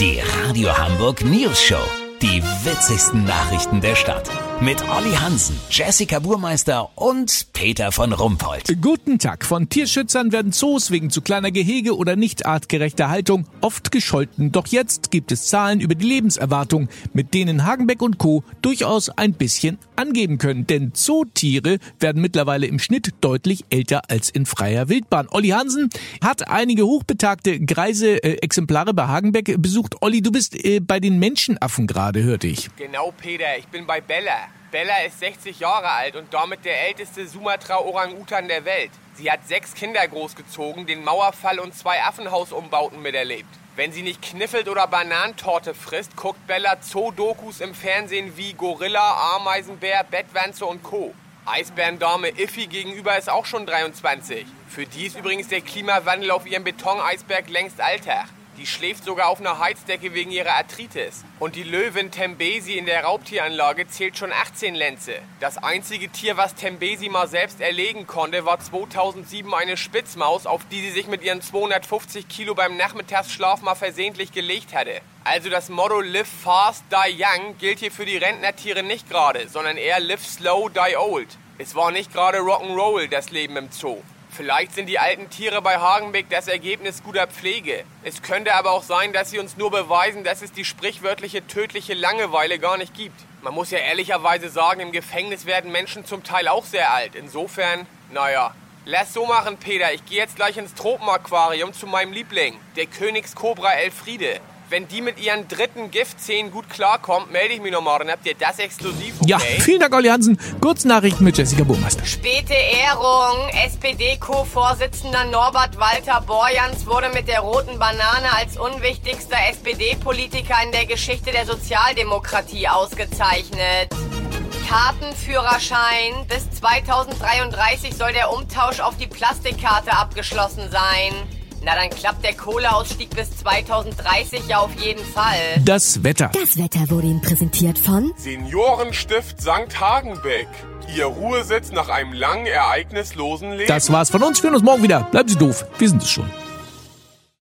Die Radio Hamburg News Show. Die witzigsten Nachrichten der Stadt. Mit Olli Hansen, Jessica Burmeister und Peter von Rumpold. Guten Tag. Von Tierschützern werden Zoos wegen zu kleiner Gehege oder nicht artgerechter Haltung oft gescholten. Doch jetzt gibt es Zahlen über die Lebenserwartung, mit denen Hagenbeck und Co. durchaus ein bisschen angeben können. Denn Zootiere werden mittlerweile im Schnitt deutlich älter als in freier Wildbahn. Olli Hansen hat einige hochbetagte Greise-Exemplare bei Hagenbeck besucht. Olli, du bist bei den Menschenaffen gerade, hörte ich. Genau, Peter. Ich bin bei Bella. Bella ist 60 Jahre alt und damit der älteste Sumatra-Orang-Utan der Welt. Sie hat 6 Kinder großgezogen, den Mauerfall und 2 Affenhausumbauten miterlebt. Wenn sie nicht kniffelt oder Bananentorte frisst, guckt Bella Zoo-Dokus im Fernsehen wie Gorilla, Ameisenbär, Bettwanze und Co. Eisbärendame Iffy gegenüber ist auch schon 23. Für die ist übrigens der Klimawandel auf ihrem Betoneisberg längst Alltag. Die schläft sogar auf einer Heizdecke wegen ihrer Arthritis. Und die Löwin Tembesi in der Raubtieranlage zählt schon 18 Lenze. Das einzige Tier, was Tembesi mal selbst erlegen konnte, war 2007 eine Spitzmaus, auf die sie sich mit ihren 250 Kilo beim Nachmittagsschlaf mal versehentlich gelegt hatte. Also das Motto Live Fast, Die Young gilt hier für die Rentnertiere nicht gerade, sondern eher Live Slow, Die Old. Es war nicht gerade Rock'n'Roll, das Leben im Zoo. Vielleicht sind die alten Tiere bei Hagenbeck das Ergebnis guter Pflege. Es könnte aber auch sein, dass sie uns nur beweisen, dass es die sprichwörtliche tödliche Langeweile gar nicht gibt. Man muss ja ehrlicherweise sagen, im Gefängnis werden Menschen zum Teil auch sehr alt. Insofern, naja. Lass so machen, Peter. Ich gehe jetzt gleich ins Tropenaquarium zu meinem Liebling, der Königskobra Elfriede. Wenn die mit ihren dritten Giftzähnen gut klarkommt, melde ich mich nochmal. Dann habt ihr das exklusiv, okay? Ja, vielen Dank, Olli Hansen. Kurznachrichten mit Jessica Burmeister. Späte Ehrung. SPD-Co-Vorsitzender Norbert Walter Borjans wurde mit der roten Banane als unwichtigster SPD-Politiker in der Geschichte der Sozialdemokratie ausgezeichnet. Kartenführerschein. Bis 2033 soll der Umtausch auf die Plastikkarte abgeschlossen sein. Na, dann klappt der Kohleausstieg bis 2030 ja auf jeden Fall. Das Wetter. Das Wetter wurde Ihnen präsentiert von Seniorenstift St. Hagenbeck. Ihr Ruhesitz nach einem langen, ereignislosen Leben. Das war's von uns. Wir hören uns morgen wieder. Bleiben Sie doof. Wir sind es schon.